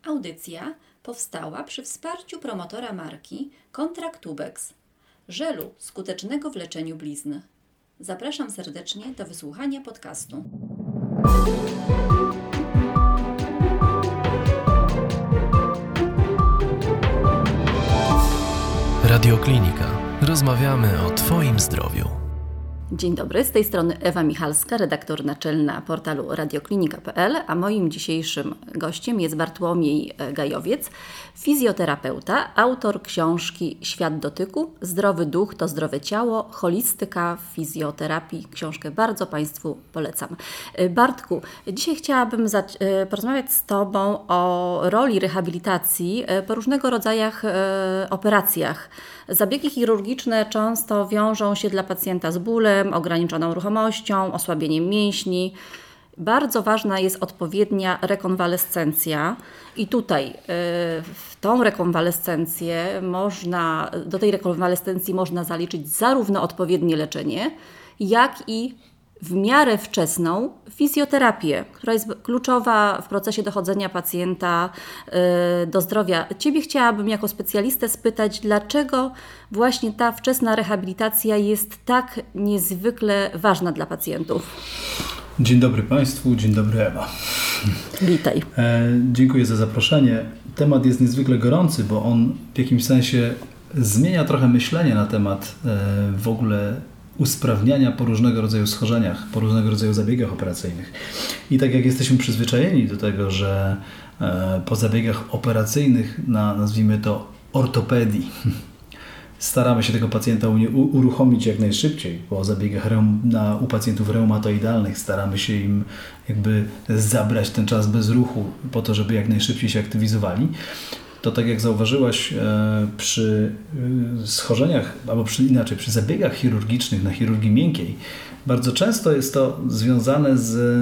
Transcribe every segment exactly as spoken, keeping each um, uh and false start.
Audycja powstała przy wsparciu promotora marki Contractubex, żelu skutecznego w leczeniu blizn. Zapraszam serdecznie do wysłuchania podcastu. Radioklinika. Rozmawiamy o Twoim zdrowiu. Dzień dobry, z tej strony Ewa Michalska, redaktor naczelna portalu radioklinika kropka p l, a moim dzisiejszym gościem jest Bartłomiej Gajowiec, fizjoterapeuta, autor książki Świat dotyku, Zdrowy duch to zdrowe ciało, holistyka w fizjoterapii. Książkę bardzo Państwu polecam. Bartku, dzisiaj chciałabym porozmawiać z Tobą o roli rehabilitacji po różnego rodzajach operacjach. Zabiegi chirurgiczne często wiążą się dla pacjenta z bólem, ograniczoną ruchomością, osłabieniem mięśni. Bardzo ważna jest odpowiednia rekonwalescencja i tutaj w tą rekonwalescencję można, do tej rekonwalescencji można zaliczyć zarówno odpowiednie leczenie, jak i w miarę wczesną fizjoterapię, która jest kluczowa w procesie dochodzenia pacjenta do zdrowia. Ciebie chciałabym jako specjalistę spytać, dlaczego właśnie ta wczesna rehabilitacja jest tak niezwykle ważna dla pacjentów? Dzień dobry Państwu, dzień dobry Ewa. Witaj. E, dziękuję za zaproszenie. Temat jest niezwykle gorący, bo on w jakimś sensie zmienia trochę myślenie na temat e, w ogóle usprawniania po różnego rodzaju schorzeniach, po różnego rodzaju zabiegach operacyjnych. I tak jak jesteśmy przyzwyczajeni do tego, że e, po zabiegach operacyjnych na, nazwijmy to, ortopedii, staramy się tego pacjenta u, u, uruchomić jak najszybciej. Po zabiegach reum, na, u pacjentów reumatoidalnych staramy się im jakby zabrać ten czas bez ruchu po to, żeby jak najszybciej się aktywizowali. To tak jak zauważyłaś, przy schorzeniach, albo przy, inaczej, przy zabiegach chirurgicznych na chirurgii miękkiej, bardzo często jest to związane z,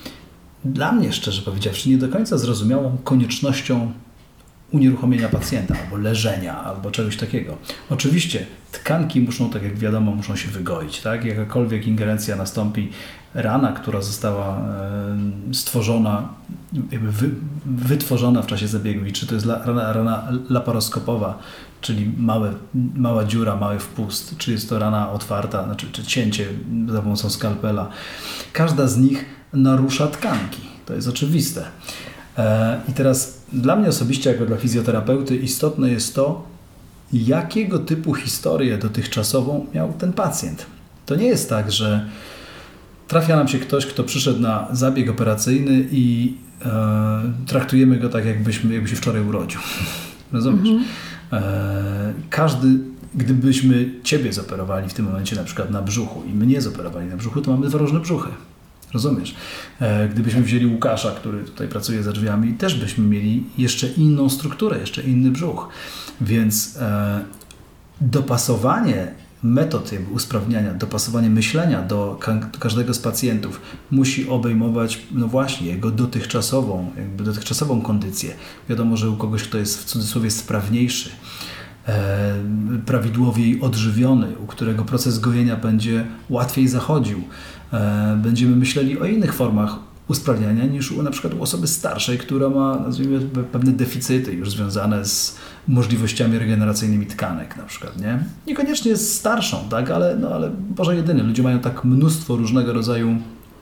dla mnie szczerze powiedziawszy, nie do końca zrozumiałą koniecznością unieruchomienia pacjenta, albo leżenia, albo czegoś takiego. Oczywiście tkanki muszą, tak jak wiadomo, muszą się wygoić, tak? Jakakolwiek ingerencja nastąpi, rana, która została e, stworzona, jakby wy, wytworzona w czasie zabiegu, i czy to jest la, rana, rana laparoskopowa, czyli małe, mała dziura, mały wpust, czy jest to rana otwarta, znaczy, czy cięcie za pomocą skalpela, każda z nich narusza tkanki. To jest oczywiste. E, I teraz dla mnie osobiście, jako dla fizjoterapeuty, istotne jest to, jakiego typu historię dotychczasową miał ten pacjent. To nie jest tak, że trafia nam się ktoś, kto przyszedł na zabieg operacyjny i e, traktujemy go tak, jakbyśmy, jakby się wczoraj urodził. Rozumiesz? Mhm. E, każdy, gdybyśmy Ciebie zoperowali w tym momencie na przykład na brzuchu i mnie zoperowali na brzuchu, to mamy dwa różne brzuchy. Rozumiesz? E, gdybyśmy wzięli Łukasza, który tutaj pracuje za drzwiami, też byśmy mieli jeszcze inną strukturę, jeszcze inny brzuch. Więc e, dopasowanie metod jakby usprawniania, dopasowanie myślenia do, ka- do każdego z pacjentów musi obejmować, no właśnie, jego dotychczasową, jakby dotychczasową kondycję. Wiadomo, że u kogoś, kto jest w cudzysłowie sprawniejszy, e, prawidłowiej odżywiony, u którego proces gojenia będzie łatwiej zachodził, e, będziemy myśleli o innych formach usprawniania niż u na przykład u osoby starszej, która ma, nazwijmy, pewne deficyty już związane z możliwościami regeneracyjnymi tkanek na przykład, nie? Niekoniecznie jest starszą, tak? Ale, no, ale Boże jedyny, ludzie mają tak mnóstwo różnego rodzaju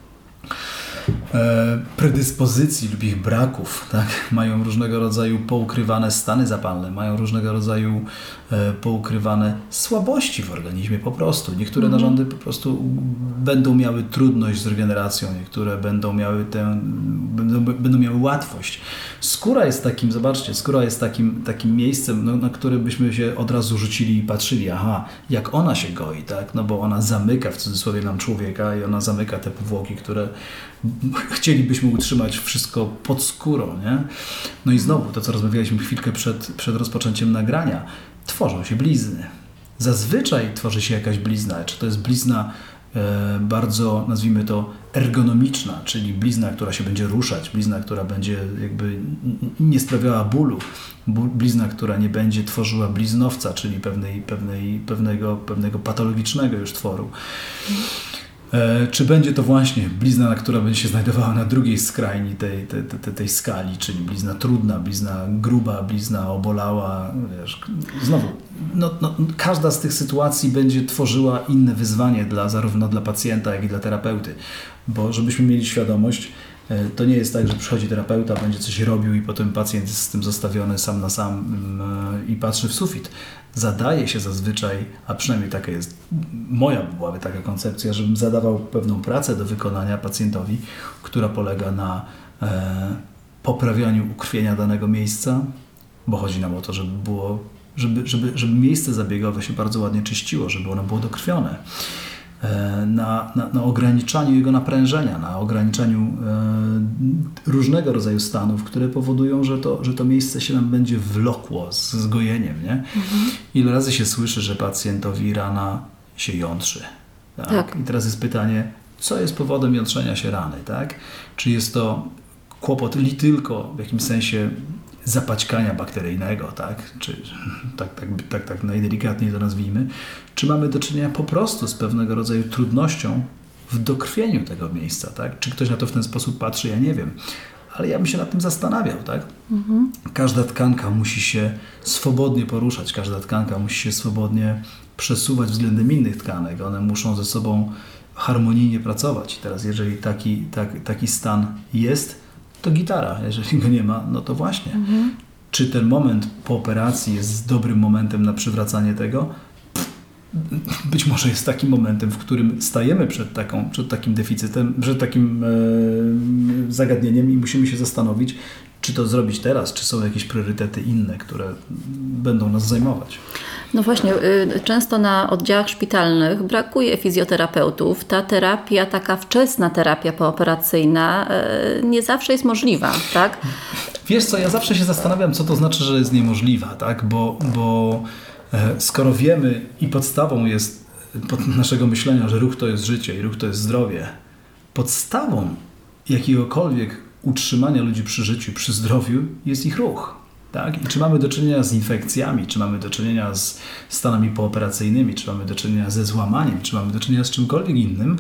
e, predyspozycji lub ich braków, tak? Mają różnego rodzaju poukrywane stany zapalne, mają różnego rodzaju e, poukrywane słabości w organizmie po prostu. Niektóre mhm. narządy po prostu będą miały trudność z regeneracją, niektóre będą miały tę, będą, będą miały łatwość. Skóra jest takim, zobaczcie, skóra jest takim, takim miejscem, no, na które byśmy się od razu rzucili i patrzyli, aha, jak ona się goi, tak? No bo ona zamyka w cudzysłowie nam człowieka i ona zamyka te powłoki, które chcielibyśmy utrzymać wszystko pod skórą, nie? No i znowu to, co rozmawialiśmy chwilkę przed, przed rozpoczęciem nagrania, tworzą się blizny. Zazwyczaj tworzy się jakaś blizna, czy to jest blizna e, bardzo, nazwijmy to, ergonomiczna, czyli blizna, która się będzie ruszać, blizna, która będzie jakby nie sprawiała bólu, blizna, która nie będzie tworzyła bliznowca, czyli pewnej, pewnej, pewnego, pewnego patologicznego już tworu. E, czy będzie to właśnie blizna, która będzie się znajdowała na drugiej skrajni tej, tej, tej, tej skali, czyli blizna trudna, blizna gruba, blizna obolała, wiesz, znowu, no, no, każda z tych sytuacji będzie tworzyła inne wyzwanie dla, zarówno dla pacjenta, jak i dla terapeuty, bo żebyśmy mieli świadomość, to nie jest tak, że przychodzi terapeuta, będzie coś robił i potem pacjent jest z tym zostawiony sam na sam i patrzy w sufit. Zadaje się zazwyczaj, a przynajmniej taka jest, moja byłaby taka koncepcja, żebym zadawał pewną pracę do wykonania pacjentowi, która polega na e, poprawianiu ukrwienia danego miejsca, bo chodzi nam o to, żeby było, żeby, żeby, żeby miejsce zabiegowe się bardzo ładnie czyściło, żeby ono było dokrwione. Na, na, na ograniczaniu jego naprężenia, na ograniczaniu e, różnego rodzaju stanów, które powodują, że to, że to miejsce się nam będzie wlokło z zgojeniem. Nie? Mhm. Ile razy się słyszy, że pacjentowi rana się jątrzy. Tak? Tak. I teraz jest pytanie, co jest powodem jątrzenia się rany? Tak? Czy jest to kłopot li tylko w jakimś sensie zapaćkania bakteryjnego, tak? Czy tak, tak, tak, tak najdelikatniej to nazwijmy, czy mamy do czynienia po prostu z pewnego rodzaju trudnością w dokrwieniu tego miejsca, tak? Czy ktoś na to w ten sposób patrzy, ja nie wiem, ale ja bym się nad tym zastanawiał, tak? Mhm. Każda tkanka musi się swobodnie poruszać, każda tkanka musi się swobodnie przesuwać względem innych tkanek, one muszą ze sobą harmonijnie pracować. I teraz jeżeli taki, tak, taki stan jest, to gitara. Jeżeli go nie ma, no to właśnie. Mhm. Czy ten moment po operacji jest dobrym momentem na przywracanie tego? Być może jest takim momentem, w którym stajemy przed, taką, przed takim deficytem, przed takim e, zagadnieniem i musimy się zastanowić, czy to zrobić teraz, czy są jakieś priorytety inne, które będą nas zajmować. No właśnie, często na oddziałach szpitalnych brakuje fizjoterapeutów. Ta terapia, taka wczesna terapia pooperacyjna nie zawsze jest możliwa, tak? Wiesz co, ja zawsze się zastanawiam, co to znaczy, że jest niemożliwa, tak? Bo, bo skoro wiemy i podstawą jest naszego myślenia, że ruch to jest życie i ruch to jest zdrowie, podstawą jakiegokolwiek utrzymania ludzi przy życiu, przy zdrowiu jest ich ruch. Tak? I czy mamy do czynienia z infekcjami, czy mamy do czynienia z stanami pooperacyjnymi, czy mamy do czynienia ze złamaniem, czy mamy do czynienia z czymkolwiek innym,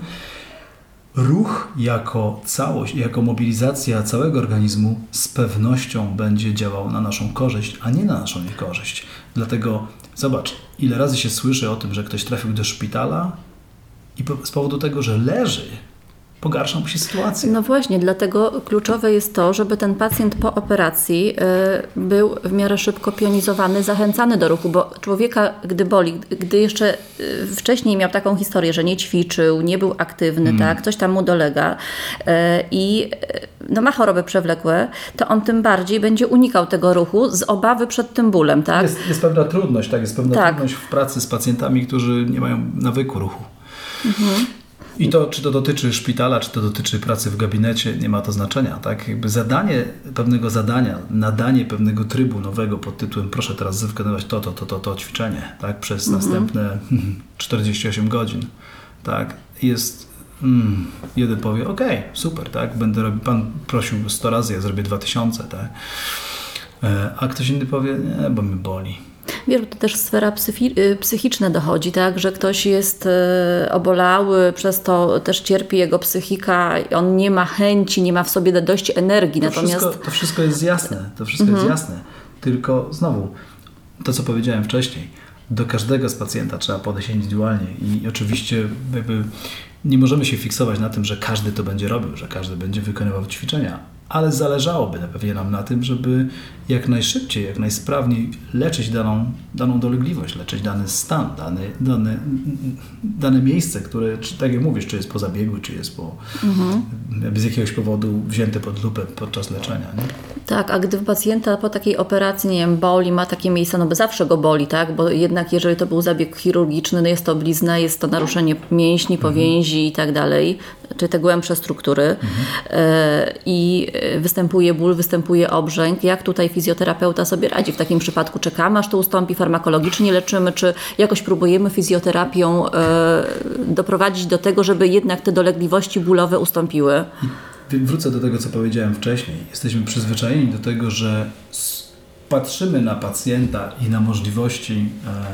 ruch jako całość, jako mobilizacja całego organizmu z pewnością będzie działał na naszą korzyść, a nie na naszą niekorzyść. Dlatego zobacz, ile razy się słyszy o tym, że ktoś trafił do szpitala i po, z powodu tego, że leży, pogarsza mu się sytuacja. No właśnie, dlatego kluczowe jest to, żeby ten pacjent po operacji y, był w miarę szybko pionizowany, zachęcany do ruchu, bo człowieka, gdy boli, gdy jeszcze y, wcześniej miał taką historię, że nie ćwiczył, nie był aktywny, mm. tak, coś tam mu dolega y, i y, no, ma choroby przewlekłe, to on tym bardziej będzie unikał tego ruchu z obawy przed tym bólem, tak? Jest, jest pewna trudność, tak, jest pewna tak. trudność w pracy z pacjentami, którzy nie mają nawyku ruchu. Mhm. I to, czy to dotyczy szpitala, czy to dotyczy pracy w gabinecie, nie ma to znaczenia, tak? Jakby zadanie pewnego zadania, nadanie pewnego trybu nowego pod tytułem proszę teraz wykonywać to, to, to, to, to ćwiczenie, tak? Przez mhm. następne czterdzieści osiem godzin, tak? Jest, mm, jeden powie, okej, okay, super, tak? Będę robił, pan prosił sto razy, ja zrobię dwa tysiące, tak? A ktoś inny powie, nie, bo mnie boli. Wiesz, to też sfera psychi- psychiczna dochodzi, tak, że ktoś jest y, obolały, przez to też cierpi jego psychika, on nie ma chęci, nie ma w sobie dość energii. To, Natomiast... wszystko, to wszystko jest jasne, to wszystko mhm. jest jasne, tylko znowu, to co powiedziałem wcześniej, do każdego z pacjenta trzeba podejść indywidualnie i oczywiście jakby nie możemy się fiksować na tym, że każdy to będzie robił, że każdy będzie wykonywał ćwiczenia, ale zależałoby pewnie nam na tym, żeby jak najszybciej, jak najsprawniej leczyć daną, daną dolegliwość, leczyć dany stan, dany, dane, dane miejsce, które, czy, tak jak mówisz, czy jest po zabiegu, czy jest po, mhm. z jakiegoś powodu wzięte pod lupę podczas leczenia. Nie? Tak, a gdy pacjenta po takiej operacji, nie wiem, boli, ma takie miejsca, no bo zawsze go boli, tak, bo jednak jeżeli to był zabieg chirurgiczny, no jest to blizna, jest to naruszenie mięśni, powięzi mhm. i tak dalej, czy te głębsze struktury mhm. e, i występuje ból, występuje obrzęk. Jak tutaj fizjoterapeuta sobie radzi w takim przypadku? Czekamy, aż to ustąpi, farmakologicznie leczymy, czy jakoś próbujemy fizjoterapią e, doprowadzić do tego, żeby jednak te dolegliwości bólowe ustąpiły? I wrócę do tego, co powiedziałem wcześniej. Jesteśmy przyzwyczajeni do tego, że patrzymy na pacjenta i na możliwości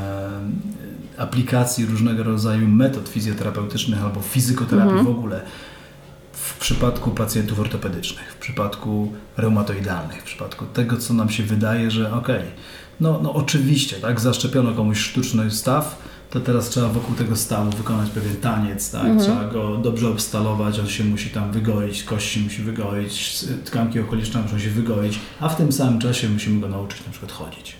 e, aplikacji różnego rodzaju metod fizjoterapeutycznych albo fizykoterapii mhm. w ogóle w przypadku pacjentów ortopedycznych, w przypadku reumatoidalnych, w przypadku tego, co nam się wydaje, że okej, okay, no, no oczywiście, tak, zaszczepiono komuś sztuczny staw, to teraz trzeba wokół tego stawu wykonać pewien taniec, tak? Mhm. Trzeba go dobrze obstalować, on się musi tam wygoić, kość się musi wygoić, tkanki okoliczne muszą się wygoić, a w tym samym czasie musimy go nauczyć na przykład chodzić.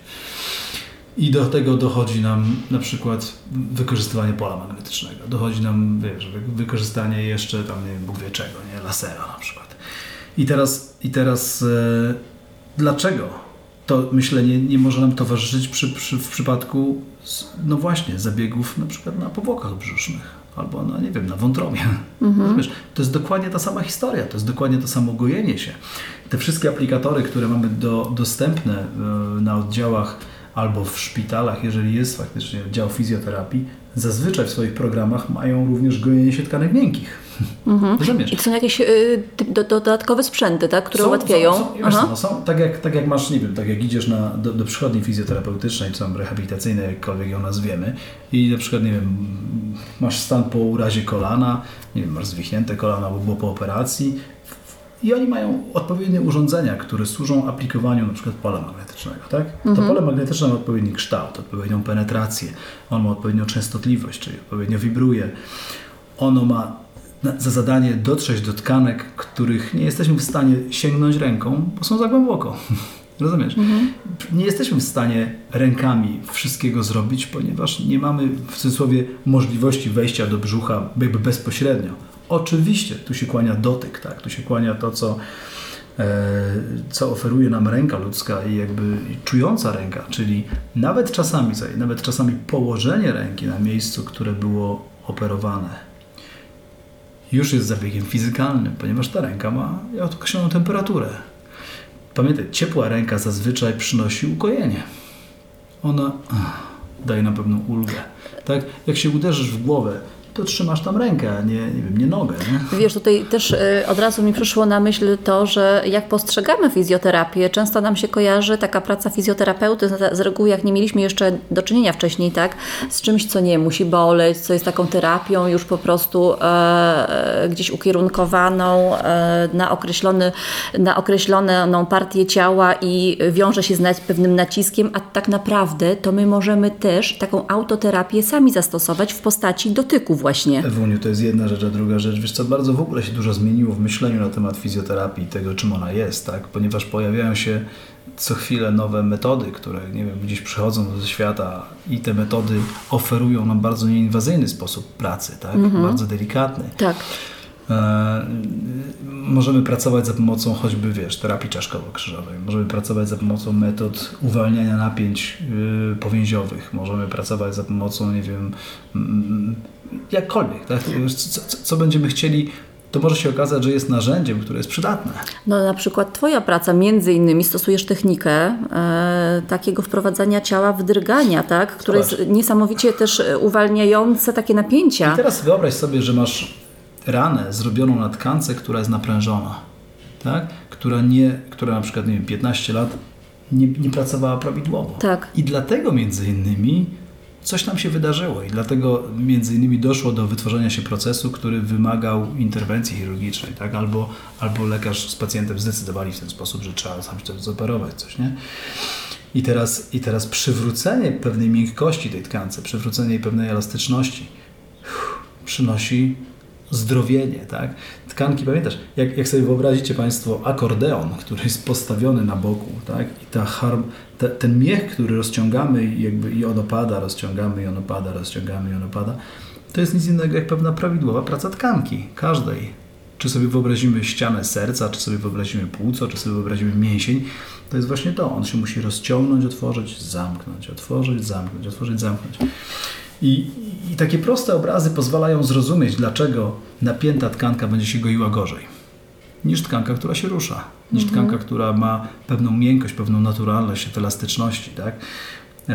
I do tego dochodzi nam na przykład wykorzystywanie pola magnetycznego. Dochodzi nam, wiesz, wykorzystanie jeszcze tam, nie wiem, Bóg wie czego, nie? Lasera na przykład. I teraz, i teraz e, dlaczego to myślenie nie może nam towarzyszyć przy, przy, w przypadku, no właśnie, zabiegów na przykład na powłokach brzusznych albo na, nie wiem, na wątrobie. Mhm. Wiesz, to jest dokładnie ta sama historia, to jest dokładnie to samo gojenie się. Te wszystkie aplikatory, które mamy do, dostępne y, na oddziałach albo w szpitalach, jeżeli jest faktycznie dział fizjoterapii, zazwyczaj w swoich programach mają również gojenie się tkanek miękkich. Mhm. I to są jakieś y, do, dodatkowe sprzęty, tak, które są, ułatwiają? Są, są, są, no, są tak, jak, tak jak masz, nie wiem, tak jak idziesz na, do, do przychodni fizjoterapeutycznej, czy tam rehabilitacyjnej, jakkolwiek ją nazwiemy, i na przykład, nie wiem, masz stan po urazie kolana, nie wiem, masz zwichnięte kolana, bo było po operacji, i oni mają odpowiednie urządzenia, które służą aplikowaniu na przykład pola magnetycznego, tak? Mhm. To pole magnetyczne ma odpowiedni kształt, odpowiednią penetrację, on ma odpowiednią częstotliwość, czyli odpowiednio wibruje. Ono ma za zadanie dotrzeć do tkanek, których nie jesteśmy w stanie sięgnąć ręką, bo są za głęboko. Rozumiesz? Mhm. Nie jesteśmy w stanie rękami wszystkiego zrobić, ponieważ nie mamy w cudzysłowie możliwości wejścia do brzucha jakby bezpośrednio. Oczywiście tu się kłania dotyk, tak? Tu się kłania to, co, e, co oferuje nam ręka ludzka i jakby czująca ręka, czyli nawet czasami, nawet czasami położenie ręki na miejscu, które było operowane, już jest zabiegiem fizykalnym, ponieważ ta ręka ma określoną temperaturę. Pamiętaj, ciepła ręka zazwyczaj przynosi ukojenie. Ona ach, daje nam pewną ulgę. Tak? Jak się uderzysz w głowę, to trzymasz tam rękę, a nie, nie wiem, nie nogę. Nie? Wiesz, tutaj też y, od razu mi przyszło na myśl to, że jak postrzegamy fizjoterapię, często nam się kojarzy taka praca fizjoterapeuty, z, z reguły jak nie mieliśmy jeszcze do czynienia wcześniej, tak, z czymś, co nie musi boleć, co jest taką terapią już po prostu e, gdzieś ukierunkowaną e, na, określony, na określoną partię ciała i wiąże się z pewnym naciskiem, a tak naprawdę to my możemy też taką autoterapię sami zastosować w postaci dotyku właśnie. Ewuniu, to jest jedna rzecz, a druga rzecz, wiesz co, bardzo w ogóle się dużo zmieniło w myśleniu na temat fizjoterapii, tego czym ona jest, tak, ponieważ pojawiają się co chwilę nowe metody, które, nie wiem, gdzieś przychodzą ze świata i te metody oferują nam bardzo nieinwazyjny sposób pracy, tak, mhm. bardzo delikatny. Tak. E, możemy pracować za pomocą choćby, wiesz, terapii czaszkowo-krzyżowej, możemy pracować za pomocą metod uwalniania napięć y, powięziowych, możemy pracować za pomocą, nie wiem, mm, jakkolwiek, tak? co, co, co będziemy chcieli, to może się okazać, że jest narzędziem, które jest przydatne. No na przykład Twoja praca, między innymi stosujesz technikę e, takiego wprowadzania ciała w drgania, tak? Które Zobacz. jest niesamowicie też uwalniające takie napięcia. I teraz wyobraź sobie, że masz ranę zrobioną na tkance, która jest naprężona, tak? Która, nie, która na przykład, nie wiem, piętnaście lat nie, nie pracowała prawidłowo. Tak. I dlatego między innymi coś tam się wydarzyło i dlatego między innymi doszło do wytworzenia się procesu, który wymagał interwencji chirurgicznej, tak? Albo, albo lekarz z pacjentem zdecydowali w ten sposób, że trzeba sam zoperować coś, nie? I teraz, i teraz przywrócenie pewnej miękkości tej tkance, przywrócenie jej pewnej elastyczności uff, przynosi zdrowienie, tak? Tkanki, pamiętasz, jak, jak sobie wyobrazicie Państwo akordeon, który jest postawiony na boku, tak? I ta harm, te, ten miech, który rozciągamy i jakby i on opada, rozciągamy i on opada, rozciągamy i on opada, to jest nic innego jak pewna prawidłowa praca tkanki, każdej. Czy sobie wyobrazimy ścianę serca, czy sobie wyobrazimy płuco, czy sobie wyobrazimy mięsień, to jest właśnie to. On się musi rozciągnąć, otworzyć, zamknąć, otworzyć, zamknąć, otworzyć, zamknąć. I, I takie proste obrazy pozwalają zrozumieć, dlaczego napięta tkanka będzie się goiła gorzej niż tkanka, która się rusza, niż mhm. tkanka, która ma pewną miękkość, pewną naturalność, elastyczności. Tak? Eee,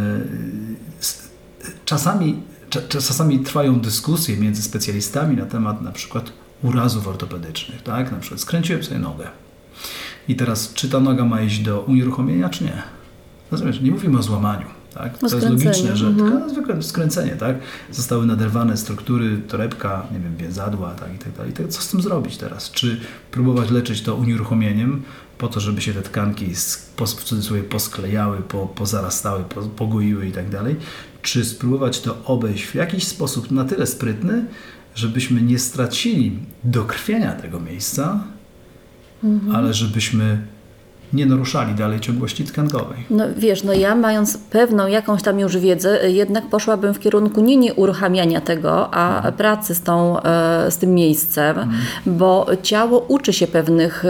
czasami, czasami trwają dyskusje między specjalistami na temat na przykład urazów ortopedycznych. Tak? Na przykład skręciłem sobie nogę. I teraz, czy ta noga ma iść do unieruchomienia, czy nie? Rozumiesz, nie mówimy o złamaniu. Tak? To jest logiczne, że mhm. tylko zwykłe skręcenie, tak? Zostały naderwane struktury, torebka, nie wiem, więzadła, tak, i tak dalej. Co z tym zrobić teraz? Czy próbować leczyć to unieruchomieniem po to, żeby się te tkanki w cudzysłowie posklejały, po, pozarastały, po, pogoiły i tak dalej? Czy spróbować to obejść w jakiś sposób na tyle sprytny, żebyśmy nie stracili dokrwienia tego miejsca, mhm. ale żebyśmy nie naruszali dalej ciągłości tkankowej. No wiesz, no ja mając pewną jakąś tam już wiedzę, jednak poszłabym w kierunku nie nieuruchamiania tego, a mhm. pracy z, tą, z tym miejscem, mhm. bo ciało uczy się pewnych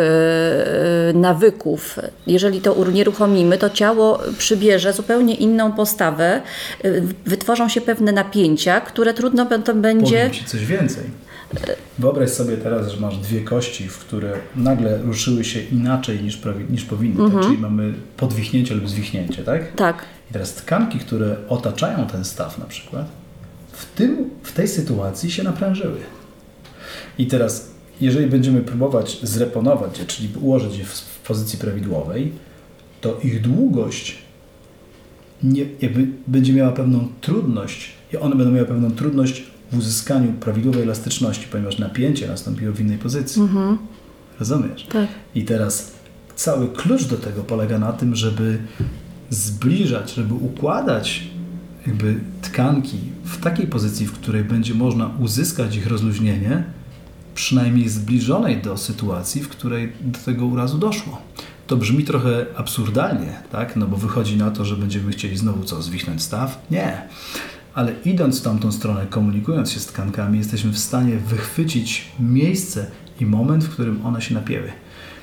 nawyków. Jeżeli to unieruchomimy, to ciało przybierze zupełnie inną postawę, wytworzą się pewne napięcia, które trudno potem będzie... Powiem Ci coś więcej. Wyobraź sobie teraz, że masz dwie kości, w które nagle ruszyły się inaczej niż, prawi, niż powinny, mhm. tak? Czyli mamy podwichnięcie lub zwichnięcie, tak? Tak. I teraz tkanki, które otaczają ten staw na przykład, w, tym, w tej sytuacji się naprężyły. I teraz, jeżeli będziemy próbować zreponować je, czyli ułożyć je w, w pozycji prawidłowej, to ich długość nie, jakby będzie miała pewną trudność i one będą miały pewną trudność w uzyskaniu prawidłowej elastyczności, ponieważ napięcie nastąpiło w innej pozycji. Mhm. Rozumiesz? Tak. I teraz cały klucz do tego polega na tym, żeby zbliżać, żeby układać jakby tkanki w takiej pozycji, w której będzie można uzyskać ich rozluźnienie, przynajmniej zbliżonej do sytuacji, w której do tego urazu doszło. To brzmi trochę absurdalnie, tak? No bo wychodzi na to, że będziemy chcieli znowu co, zwichnąć staw? Nie. Ale idąc w tamtą stronę, komunikując się z tkankami, jesteśmy w stanie wychwycić miejsce i moment, w którym one się napięły.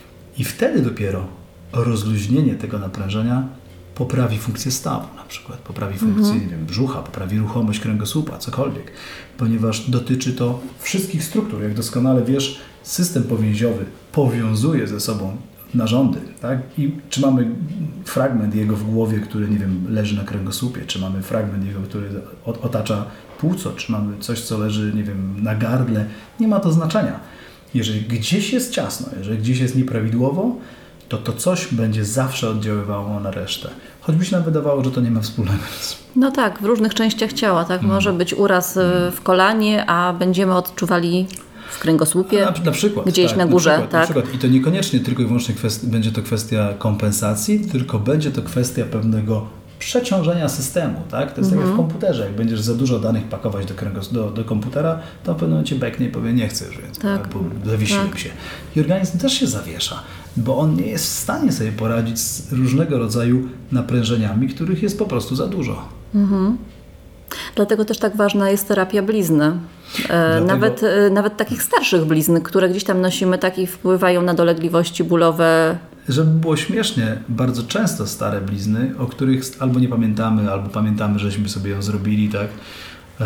I wtedy dopiero rozluźnienie tego naprężenia poprawi funkcję stawu, na przykład poprawi funkcję mhm. nie wiem, brzucha, poprawi ruchomość kręgosłupa, cokolwiek, ponieważ dotyczy to wszystkich struktur. Jak doskonale wiesz, system powięziowy powiązuje ze sobą narządy, tak? I czy mamy fragment jego w głowie, który, nie wiem, leży na kręgosłupie, czy mamy fragment jego, który otacza płuco, czy mamy coś, co leży, nie wiem, na gardle, nie ma to znaczenia. Jeżeli gdzieś jest ciasno, jeżeli gdzieś jest nieprawidłowo, to to coś będzie zawsze oddziaływało na resztę. Choćby się nam wydawało, że to nie ma wspólnego. No tak, w różnych częściach ciała, tak? Mm. Może być uraz w kolanie, a będziemy odczuwali w kręgosłupie, na, na przykład, gdzieś tak, na górze. Na przykład, tak? na przykład. I to niekoniecznie tylko i wyłącznie kwestia, będzie to kwestia kompensacji, tylko będzie to kwestia pewnego przeciążenia systemu. Tak? To jest mm-hmm. tak jak w komputerze. Jak będziesz za dużo danych pakować do, kręgos- do, do komputera, to w pewnym momencie beknie i powie, nie chcę już więcej, tak. bo zawiesiłem tak. się. I organizm też się zawiesza, bo on nie jest w stanie sobie poradzić z różnego rodzaju naprężeniami, których jest po prostu za dużo. Mm-hmm. Dlatego też tak ważna jest terapia blizny. Dlatego... Nawet, nawet takich starszych blizn, które gdzieś tam nosimy, tak i wpływają na dolegliwości bólowe. Żeby było śmiesznie, bardzo często stare blizny, o których albo nie pamiętamy, albo pamiętamy, żeśmy sobie ją zrobili, tak, e,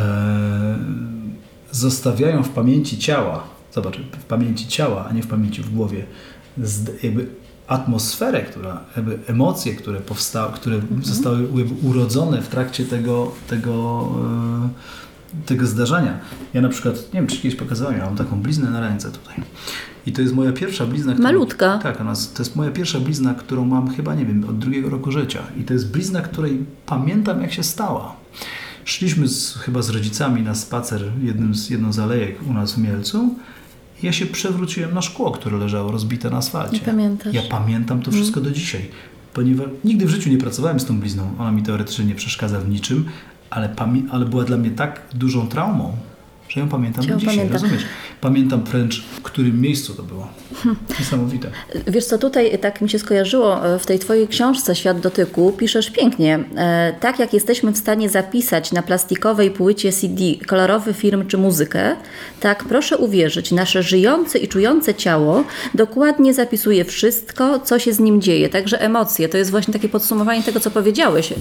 zostawiają w pamięci ciała, zobacz, w pamięci ciała, a nie w pamięci w głowie, z, jakby atmosferę, która, jakby emocje, które powstały, które mhm. zostały jakby urodzone w trakcie tego, tego, e, tego zdarzenia. Ja na przykład, nie wiem, czy kiedyś pokazałem, ja mam taką bliznę na ręce tutaj. I to jest moja pierwsza blizna. Którą, Malutka. Tak, ona, to jest moja pierwsza blizna, którą mam chyba, nie wiem, od drugiego roku życia. I to jest blizna, której pamiętam, jak się stała. Szliśmy z, chyba z rodzicami na spacer jednym z, jedną z alejek u nas w Mielcu. I ja się przewróciłem na szkło, które leżało rozbite na asfalcie. Nie pamiętasz. Ja pamiętam to wszystko mm. do dzisiaj. Ponieważ nigdy w życiu nie pracowałem z tą blizną. Ona mi teoretycznie nie przeszkadza w niczym, ale, pamię- ale była dla mnie tak dużą traumą, że ją pamiętam do dzisiaj, pamiętam. Rozumiesz? Pamiętam wręcz, w którym miejscu to było. Niesamowite. Wiesz co, tutaj tak mi się skojarzyło, w tej twojej książce Świat dotyku piszesz pięknie. Tak jak jesteśmy w stanie zapisać na plastikowej płycie C D kolorowy film czy muzykę, tak proszę uwierzyć, nasze żyjące i czujące ciało dokładnie zapisuje wszystko, co się z nim dzieje. Także emocje, to jest właśnie takie podsumowanie tego, co powiedziałeś.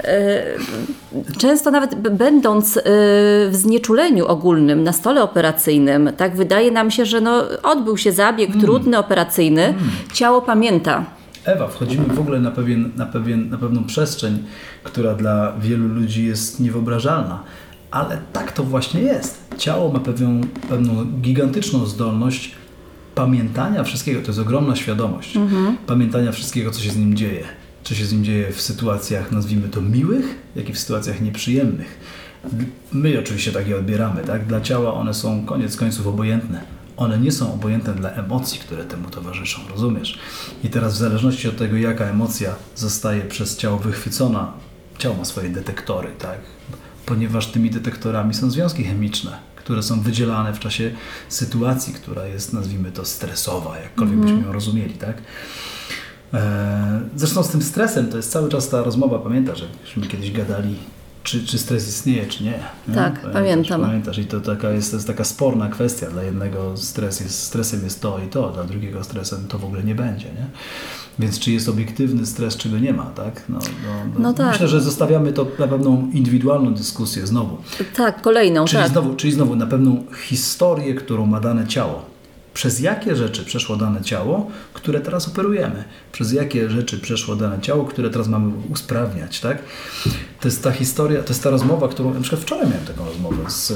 Często nawet będąc w znieczuleniu ogólnym na stole operacyjnym, tak wydaje nam się, że no, odbył się zabieg mm. trudny, operacyjny, mm. ciało pamięta. Ewa, wchodzimy w ogóle na, pewien, na, pewien, na pewną przestrzeń, która dla wielu ludzi jest niewyobrażalna, ale tak to właśnie jest. Ciało ma pewną, pewną gigantyczną zdolność pamiętania wszystkiego, to jest ogromna świadomość, mhm. pamiętania wszystkiego, co się z nim dzieje. Co się z nim dzieje w sytuacjach, nazwijmy to miłych, jak i w sytuacjach nieprzyjemnych. My oczywiście tak je odbieramy, tak? Dla ciała one są koniec końców obojętne. One nie są obojętne dla emocji, które temu towarzyszą, rozumiesz? I teraz w zależności od tego, jaka emocja zostaje przez ciało wychwycona, ciało ma swoje detektory, tak? Ponieważ tymi detektorami są związki chemiczne, które są wydzielane w czasie sytuacji, która jest, nazwijmy to, stresowa, jakkolwiek byśmy ją rozumieli, tak? Zresztą z tym stresem to jest cały czas ta rozmowa, pamiętasz, jakśmy kiedyś gadali, czy, czy stres istnieje, czy nie. nie? Tak, pamiętasz, pamiętam. Pamiętasz, i to, taka jest, to jest taka sporna kwestia. Dla jednego stres jest, stresem jest to i to, dla drugiego stresem to w ogóle nie będzie. Nie? Więc czy jest obiektywny stres, czy go nie ma, tak? No, no, no, no tak. Myślę, że zostawiamy to na pewną indywidualną dyskusję znowu. Tak, kolejną, czyli tak. Znowu, czyli znowu na pewną historię, którą ma dane ciało. Przez jakie rzeczy przeszło dane ciało, które teraz operujemy? Przez jakie rzeczy przeszło dane ciało, które teraz mamy usprawniać, tak? To jest ta historia, to jest ta rozmowa, którą... Na przykład wczoraj miałem taką rozmowę z,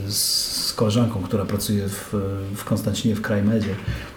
z koleżanką, która pracuje w, w Konstancinie, w Krajmedzie.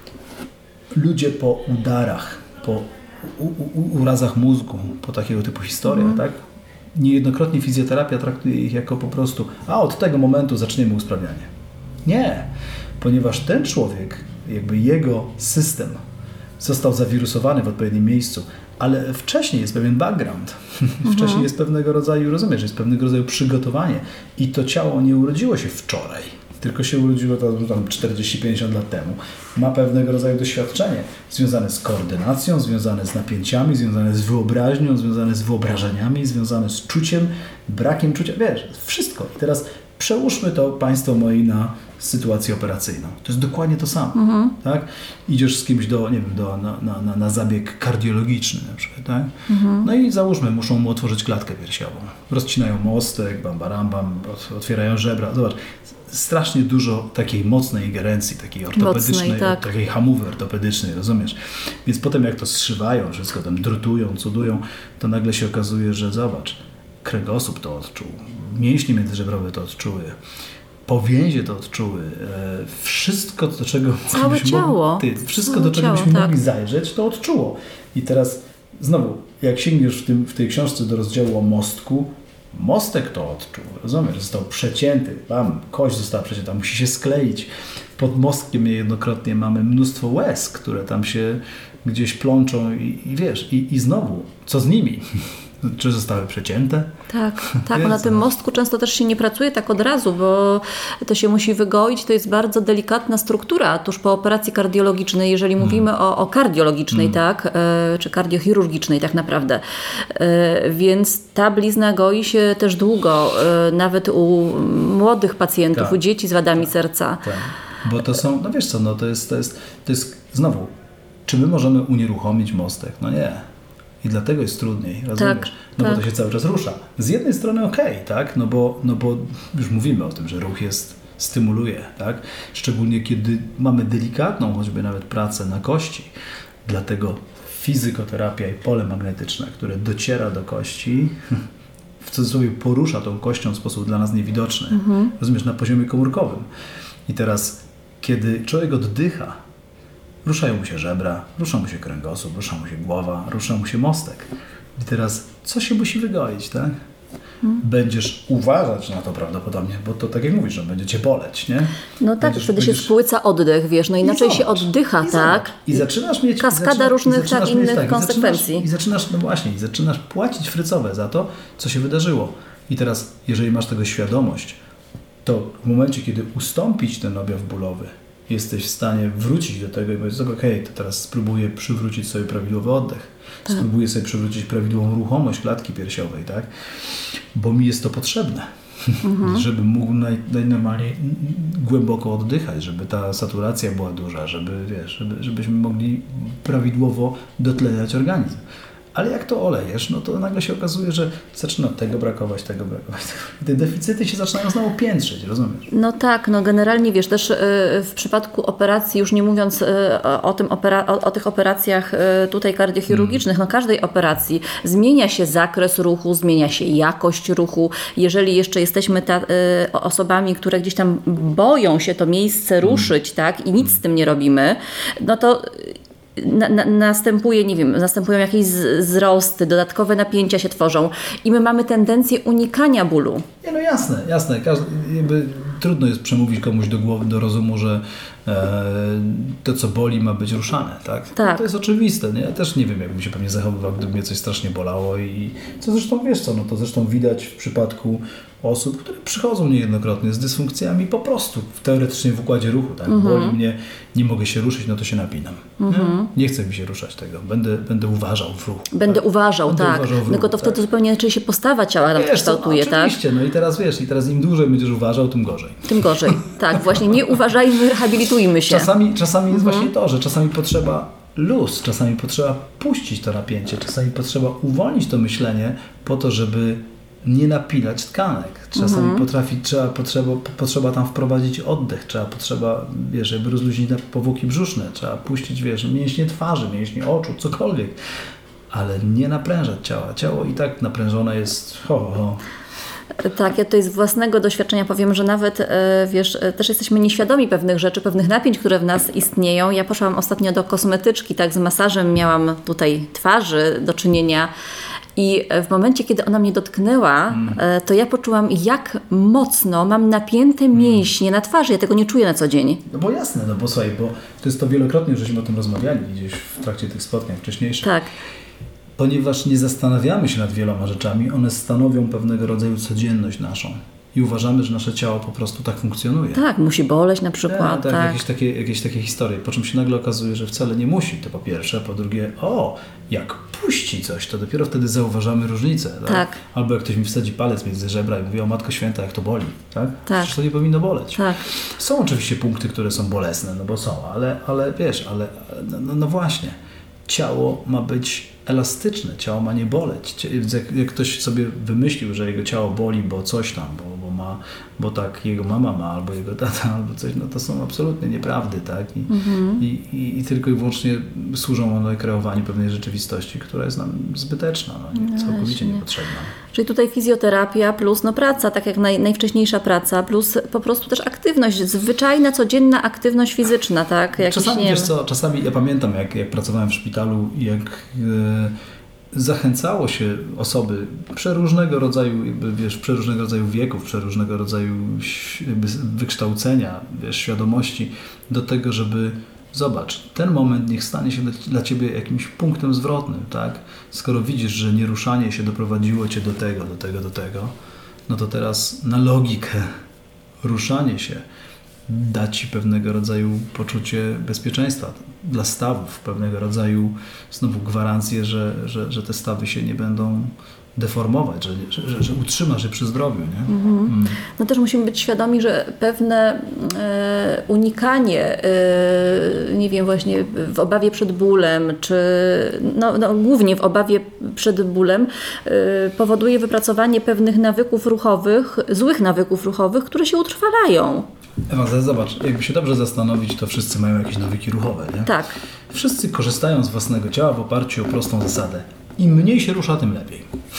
Ludzie po udarach, po u, u, urazach mózgu, po takiego typu historiach, mm. tak? Niejednokrotnie fizjoterapia traktuje ich jako po prostu, a od tego momentu zaczniemy usprawnianie. Nie, ponieważ ten człowiek, jakby jego system został zawirusowany w odpowiednim miejscu, ale wcześniej jest pewien background, mhm. wcześniej jest pewnego rodzaju, rozumiesz, jest pewnego rodzaju przygotowanie i to ciało nie urodziło się wczoraj, tylko się urodziło tam czterdzieści pięćdziesiąt lat temu. Ma pewnego rodzaju doświadczenie związane z koordynacją, związane z napięciami, związane z wyobraźnią, związane z wyobrażeniami, związane z czuciem, brakiem czucia, wiesz, wszystko. I teraz przełóżmy to, państwo moi, na sytuację operacyjną. To jest dokładnie to samo. Mhm. Tak? Idziesz z kimś do, nie wiem, do, na, na, na, na zabieg kardiologiczny na przykład. Tak? Mhm. No i załóżmy, muszą mu otworzyć klatkę piersiową. Rozcinają mostek, bam, baram, bam, otwierają żebra. Zobacz, strasznie dużo takiej mocnej ingerencji, takiej ortopedycznej, Mocnej, tak. takiej hamowy ortopedycznej, rozumiesz? Więc potem jak to zszywają, wszystko tam drutują, cudują, to nagle się okazuje, że zobacz, kręgosłup to odczuł, mięśnie międzyżebrowe to odczuły, powięzie to odczuły, wszystko do czego Całe ciało. Mogli, ty, wszystko Całe do czego ciało, byśmy tak. mogli zajrzeć, to odczuło. I teraz znowu, jak sięgniesz w, tym, w tej książce do rozdziału o mostku, mostek to odczuł, rozumiesz, został przecięty, bam, kość została przecięta, musi się skleić. Pod mostkiem niejednokrotnie mamy mnóstwo łez, które tam się gdzieś plączą i, i wiesz, i, i znowu, co z nimi? Czy zostały przecięte? Tak, tak. Na tym mostku często też się nie pracuje tak od razu, bo to się musi wygoić. To jest bardzo delikatna struktura tuż po operacji kardiologicznej, jeżeli mm. mówimy o, o kardiologicznej, mm. tak, e, czy kardiochirurgicznej tak naprawdę. E, więc ta blizna goi się też długo, e, nawet u młodych pacjentów, tak. u dzieci z wadami tak. serca. Tak. Bo to są, no wiesz co, no to jest, to jest, to jest znowu, czy my możemy unieruchomić mostek? No nie. I dlatego jest trudniej, rozumiesz? Tak, no tak. bo to się cały czas rusza. Z jednej strony okej, okay, tak? No bo, no bo już mówimy o tym, że ruch jest, stymuluje, tak? Szczególnie kiedy mamy delikatną choćby nawet pracę na kości. Dlatego fizykoterapia i pole magnetyczne, które dociera do kości, w cudzysłowie porusza tą kością w sposób dla nas niewidoczny. Mhm. Rozumiesz? Na poziomie komórkowym. I teraz, kiedy człowiek oddycha, ruszają mu się żebra, rusza mu się kręgosłup, rusza mu się głowa, rusza mu się mostek. I teraz co się musi wygoić, tak? Hmm. Będziesz uważać na to prawdopodobnie, bo to tak jak mówisz, że będzie cię boleć, nie? No tak, będziesz, wtedy będziesz... się spłyca oddech, wiesz, no inaczej I się oddycha, I tak? I zaczynasz mieć... Kaskada zaczyna, różnych zaczynasz tak, mieć, innych tak, konsekwencji. I zaczynasz, I zaczynasz, no właśnie, i zaczynasz płacić frycowe za to, co się wydarzyło. I teraz, jeżeli masz tego świadomość, to w momencie, kiedy ustąpić ten objaw bólowy, jesteś w stanie wrócić do tego i powiedzieć, okej, okay, to teraz spróbuję przywrócić sobie prawidłowy oddech. Tak. Spróbuję sobie przywrócić prawidłową ruchomość klatki piersiowej, tak? Bo mi jest to potrzebne, mhm. żeby mógł naj, najnormalniej głęboko oddychać, żeby ta saturacja była duża, żeby, wiesz, żeby, żebyśmy mogli prawidłowo dotleniać organizm. Ale jak to olejesz, no to nagle się okazuje, że zaczyna tego brakować, tego brakować. Te deficyty się zaczynają znowu piętrzyć, rozumiesz? No tak, no generalnie wiesz, też y, w przypadku operacji, już nie mówiąc y, o, tym opera, o, o tych operacjach y, tutaj kardiochirurgicznych, no każdej operacji zmienia się zakres ruchu, zmienia się jakość ruchu. Jeżeli jeszcze jesteśmy ta, y, osobami, które gdzieś tam boją się to miejsce ruszyć, tak, i nic z tym nie robimy, no to Na, na, następuje, nie wiem, następują jakieś z, wzrosty, dodatkowe napięcia się tworzą i my mamy tendencję unikania bólu. Nie, no jasne, jasne. Każdy, jakby trudno jest przemówić komuś do głowy, do rozumu, że e, to, co boli, ma być ruszane, tak? Tak. No to jest oczywiste, nie? Ja też nie wiem, jakbym się pewnie zachowywał, gdyby mnie coś strasznie bolało i co zresztą, wiesz co, no to zresztą widać w przypadku osób, które przychodzą niejednokrotnie z dysfunkcjami po prostu w, teoretycznie w układzie ruchu, tak? Mhm. Boli mnie, nie mogę się ruszyć, no to się napinam. Mhm. Nie? nie chcę mi się ruszać tego, będę, będę uważał w ruchu. Będę tak? uważał, Będę tak. uważał w ruchu, Tylko to tak? wtedy zupełnie inaczej się postawa ciała nam Wiesz co, kształtuje, no, tak? oczywiście, no i teraz wiesz, i teraz im dłużej będziesz uważał, tym gorzej. Tym gorzej. Tak, właśnie nie uważajmy, rehabilitujmy się. Czasami, czasami jest Mhm. właśnie to, że czasami potrzeba luz, czasami potrzeba puścić to napięcie, czasami potrzeba uwolnić to myślenie po to, żeby nie napilać tkanek. Czasami Mhm. potrafi, trzeba, potrzeba, potrzeba tam wprowadzić oddech, trzeba potrzeba, wiesz, żeby rozluźnić powłoki brzuszne, trzeba puścić, wiesz, mięśnie twarzy, mięśnie oczu, cokolwiek, ale nie naprężać ciała. Ciało i tak naprężone jest ho, ho, ho. Tak, ja tutaj z własnego doświadczenia powiem, że nawet, e, wiesz, e, też jesteśmy nieświadomi pewnych rzeczy, pewnych napięć, które w nas istnieją. Ja poszłam ostatnio do kosmetyczki, tak, z masażem miałam tutaj twarzy do czynienia i w momencie, kiedy ona mnie dotknęła, Mm. e, to ja poczułam, jak mocno mam napięte mięśnie na twarzy. Ja tego nie czuję na co dzień. No bo jasne, no bo słuchaj, bo to jest to wielokrotnie, żeśmy o tym rozmawiali gdzieś w trakcie tych spotkań wcześniejszych. Tak. Ponieważ nie zastanawiamy się nad wieloma rzeczami, one stanowią pewnego rodzaju codzienność naszą. I uważamy, że nasze ciało po prostu tak funkcjonuje. Tak, musi boleć na przykład. tak, tak. Jakieś, takie, jakieś takie historie. Po czym się nagle okazuje, że wcale nie musi. To po pierwsze. Po drugie, o, jak puści coś, to dopiero wtedy zauważamy różnicę. Tak? Tak. Albo jak ktoś mi wsadzi palec między żebra i mówi, o Matko Święta, jak to boli. Tak? Tak. Przecież to nie powinno boleć. Tak. Są oczywiście punkty, które są bolesne, no bo są, ale, ale wiesz, ale no, no właśnie. Ciało ma być elastyczne, ciało ma nie boleć. Jak, jak ktoś sobie wymyślił, że jego ciało boli, bo coś tam, bo, bo, ma, bo tak jego mama ma, albo jego tata, albo coś, no to są absolutnie nieprawdy, tak? I, Mhm. i, i, i tylko i wyłącznie służą one kreowaniu pewnej rzeczywistości, która jest nam zbyteczna, no, całkowicie właśnie. niepotrzebna. Czyli tutaj fizjoterapia plus no praca, tak jak naj, najwcześniejsza praca, plus po prostu też aktywność, zwyczajna, codzienna aktywność fizyczna, tak? Jakiś, Czasami, nie wiesz wiem, co, czasami ja pamiętam, jak, jak pracowałem w szpitalu, jak e, zachęcało się osoby przeróżnego rodzaju, jakby, wiesz, przeróżnego rodzaju wieków, przeróżnego rodzaju jakby wykształcenia, wiesz, świadomości do tego, żeby zobacz, ten moment niech stanie się dla, dla Ciebie jakimś punktem zwrotnym, tak? Skoro widzisz, że nieruszanie się doprowadziło Cię do tego, do tego, do tego, no to teraz na logikę ruszanie się da Ci pewnego rodzaju poczucie bezpieczeństwa dla stawów, pewnego rodzaju znowu gwarancję, że, że, że te stawy się nie będą deformować, że, że, że, że utrzymasz je przy zdrowiu. Nie? Mhm. Mm. No też musimy być świadomi, że pewne e, unikanie, e, nie wiem, właśnie w obawie przed bólem, czy no, no, głównie w obawie przed bólem e, powoduje wypracowanie pewnych nawyków ruchowych, złych nawyków ruchowych, które się utrwalają. Ewa, zobacz, jakby się dobrze zastanowić, to wszyscy mają jakieś nawyki ruchowe. Nie? Tak. Wszyscy korzystają z własnego ciała w oparciu o prostą zasadę. Im mniej się rusza, tym lepiej.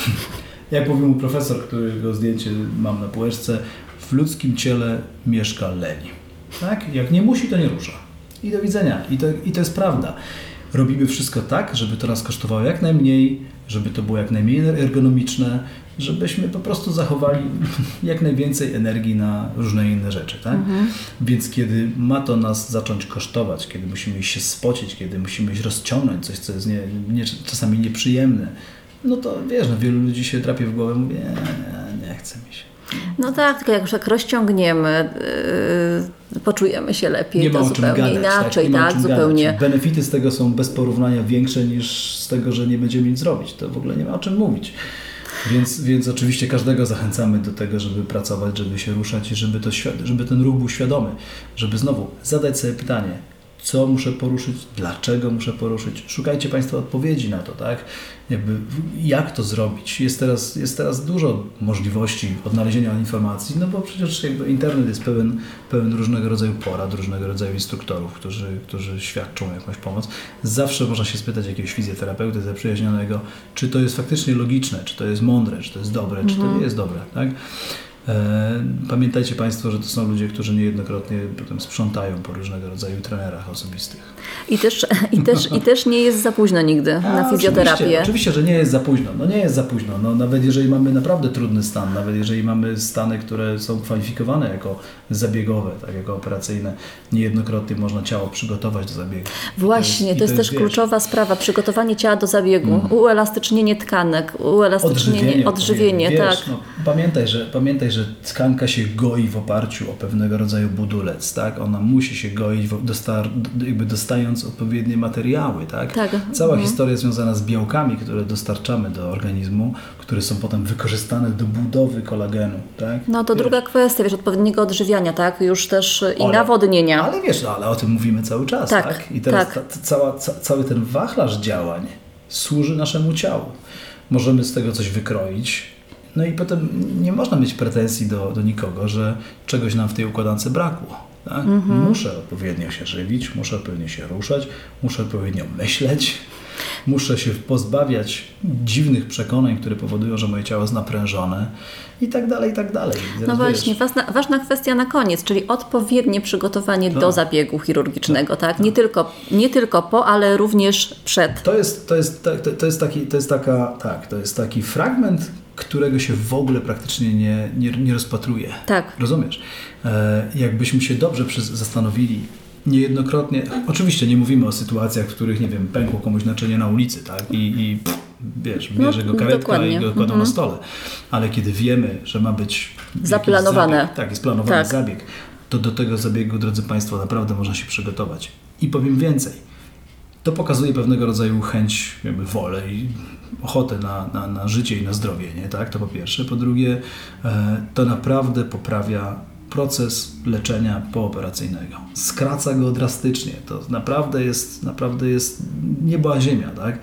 Jak mówił mu profesor, którego zdjęcie mam na półeczce, w ludzkim ciele mieszka leń. Tak? Jak nie musi, to nie rusza. I do widzenia. I to, i to jest prawda. Robimy wszystko tak, żeby to nas kosztowało jak najmniej, żeby to było jak najmniej ergonomiczne, żebyśmy po prostu zachowali jak najwięcej energii na różne inne rzeczy. Tak? Mhm. Więc kiedy ma to nas zacząć kosztować, kiedy musimy się spocić, kiedy musimy się rozciągnąć coś, co jest nie, nie, czasami nieprzyjemne, no to wiesz, no, wielu ludzi się drapie w głowę i mówi, nie, nie chce mi się. No tak, tylko jak już tak rozciągniemy, yy, poczujemy się lepiej, nie to ma o czym zupełnie gadać, inaczej, tak, nie ma o tak, czym zupełnie. Gadać. Benefity z tego są bez porównania większe niż z tego, że nie będziemy nic zrobić. To w ogóle nie ma o czym mówić. Więc, więc oczywiście każdego zachęcamy do tego, żeby pracować, żeby się ruszać i żeby, to, żeby ten ruch był świadomy. Żeby znowu zadać sobie pytanie, co muszę poruszyć, dlaczego muszę poruszyć. Szukajcie Państwo odpowiedzi na to, tak? Jakby, jak to zrobić? Jest teraz, jest teraz dużo możliwości odnalezienia informacji, no bo przecież jakby internet jest pełen, pełen różnego rodzaju porad, różnego rodzaju instruktorów, którzy, którzy świadczą jakąś pomoc. Zawsze można się spytać jakiegoś fizjoterapeuty zaprzyjaźnionego, czy to jest faktycznie logiczne, czy to jest mądre, czy to jest dobre, mhm. czy to nie jest dobre, tak? Pamiętajcie Państwo, że to są ludzie, którzy niejednokrotnie potem sprzątają po różnego rodzaju trenerach osobistych. I też, i też, i też nie jest za późno nigdy A, na fizjoterapię. Oczywiście, oczywiście, że nie jest za późno. No nie jest za późno. No, nawet jeżeli mamy naprawdę trudny stan, nawet jeżeli mamy stany, które są kwalifikowane jako zabiegowe, tak, jako operacyjne, niejednokrotnie można ciało przygotować do zabiegu. Właśnie, to jest, to jest, to jest też wiesz, kluczowa sprawa. Przygotowanie ciała do zabiegu, mm. uelastycznienie tkanek, uelastycznienie, odżywienie, odżywienie wiesz, tak. No, pamiętaj, że, pamiętaj, że tkanka się goi w oparciu o pewnego rodzaju budulec, tak? Ona musi się goić, dostar, jakby dostając odpowiednie materiały, tak? tak. Cała mhm. historia związana z białkami, które dostarczamy do organizmu, które są potem wykorzystane do budowy kolagenu, tak? No to wiesz. druga kwestia, wiesz, odpowiedniego odżywiania, tak? Już też i ale, nawodnienia. Ale wiesz, no, ale o tym mówimy cały czas, tak? tak? I teraz tak. Ta, cała, ca, cały ten wachlarz działań służy naszemu ciału. Możemy z tego coś wykroić. No i potem nie można mieć pretensji do, do nikogo, że czegoś nam w tej układance brakło. Tak? Mm-hmm. Muszę odpowiednio się żywić, muszę odpowiednio się ruszać, muszę odpowiednio myśleć, muszę się pozbawiać dziwnych przekonań, które powodują, że moje ciało jest naprężone i tak dalej, i tak dalej. I no właśnie, ważna, ważna kwestia na koniec, czyli odpowiednie przygotowanie tak. do zabiegu chirurgicznego, tak? tak? Nie, tylko, nie tylko po, ale również przed. To jest, to jest, to, to jest, taki, to jest taka, tak, to jest taki fragment, którego się w ogóle praktycznie nie, nie, nie rozpatruje. Tak. Rozumiesz? E, jakbyśmy się dobrze przez, zastanowili, niejednokrotnie, oczywiście nie mówimy o sytuacjach, w których, nie wiem, pękło komuś naczynie na ulicy, tak? I, i pff, wiesz, bierze no, go karetka dokładnie. i go kładą mm-hmm. na stole. Ale kiedy wiemy, że ma być zaplanowane. Zabieg, tak, jest planowany tak. zabieg, to do tego zabiegu, drodzy Państwo, naprawdę można się przygotować. I powiem więcej. To pokazuje pewnego rodzaju chęć, jakby wolę i ochotę na, na, na życie i na zdrowie, nie? Tak? To po pierwsze. Po drugie, e, to naprawdę poprawia proces leczenia pooperacyjnego. Skraca go drastycznie. To naprawdę jest, naprawdę jest niebo a ziemia, tak?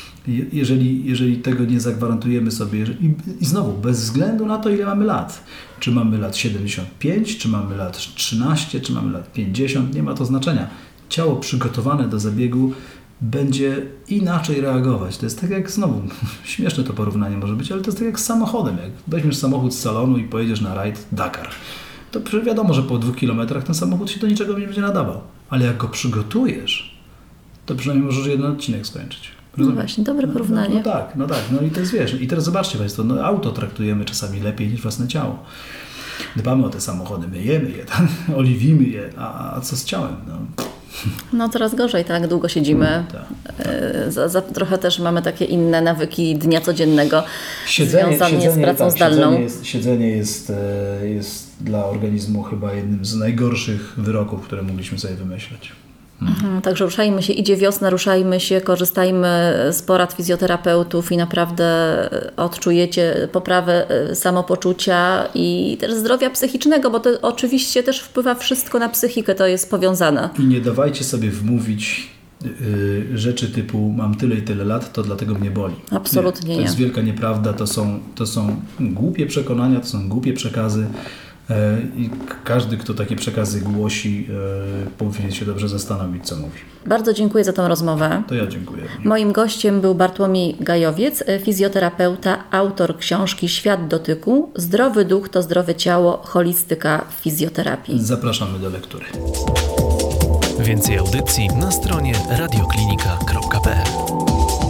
Jeżeli, jeżeli tego nie zagwarantujemy sobie, i, i znowu, bez względu na to, ile mamy lat, czy mamy lat siedemdziesiąt pięć, czy mamy lat trzynaście, czy mamy lat pięćdziesiąt, nie ma to znaczenia. Ciało przygotowane do zabiegu będzie inaczej reagować. To jest tak jak, znowu, śmieszne to porównanie może być, ale to jest tak jak z samochodem. Jak weźmiesz samochód z salonu i pojedziesz na rajd Dakar, to wiadomo, że po dwóch kilometrach ten samochód się do niczego nie będzie nadawał. Ale jak go przygotujesz, to przynajmniej możesz jeden odcinek skończyć. No właśnie, dobre porównanie. No, no, no tak, no tak. No i to jest, wiesz, i teraz zobaczcie Państwo, no auto traktujemy czasami lepiej niż własne ciało. Dbamy o te samochody, myjemy je, tak? Oliwimy je, a, a co z ciałem? No. No coraz gorzej, tak? Długo siedzimy. Tak. Za, za, trochę też mamy takie inne nawyki dnia codziennego siedzenie, związane siedzenie, z pracą tak, zdalną. Siedzenie, jest, siedzenie jest, jest dla organizmu chyba jednym z najgorszych wyroków, które mogliśmy sobie wymyśleć. Hmm. Mhm, także ruszajmy się, idzie wiosna, ruszajmy się, korzystajmy z porad fizjoterapeutów i naprawdę odczujecie poprawę samopoczucia i też zdrowia psychicznego, bo to oczywiście też wpływa wszystko na psychikę, to jest powiązane. I nie dawajcie sobie wmówić yy, rzeczy typu mam tyle i tyle lat, to dlatego mnie boli. Absolutnie nie. To jest wielka nieprawda, to są, to są głupie przekonania, to są głupie przekazy. I każdy, kto takie przekazy głosi, powinien się dobrze zastanowić, co mówi. Bardzo dziękuję za tę rozmowę. To ja dziękuję. Moim gościem był Bartłomiej Gajowiec, fizjoterapeuta, autor książki Świat dotyku. Zdrowy duch to zdrowe ciało, holistyka w fizjoterapii. Zapraszamy do lektury. Więcej audycji na stronie radioklinika kropka p l.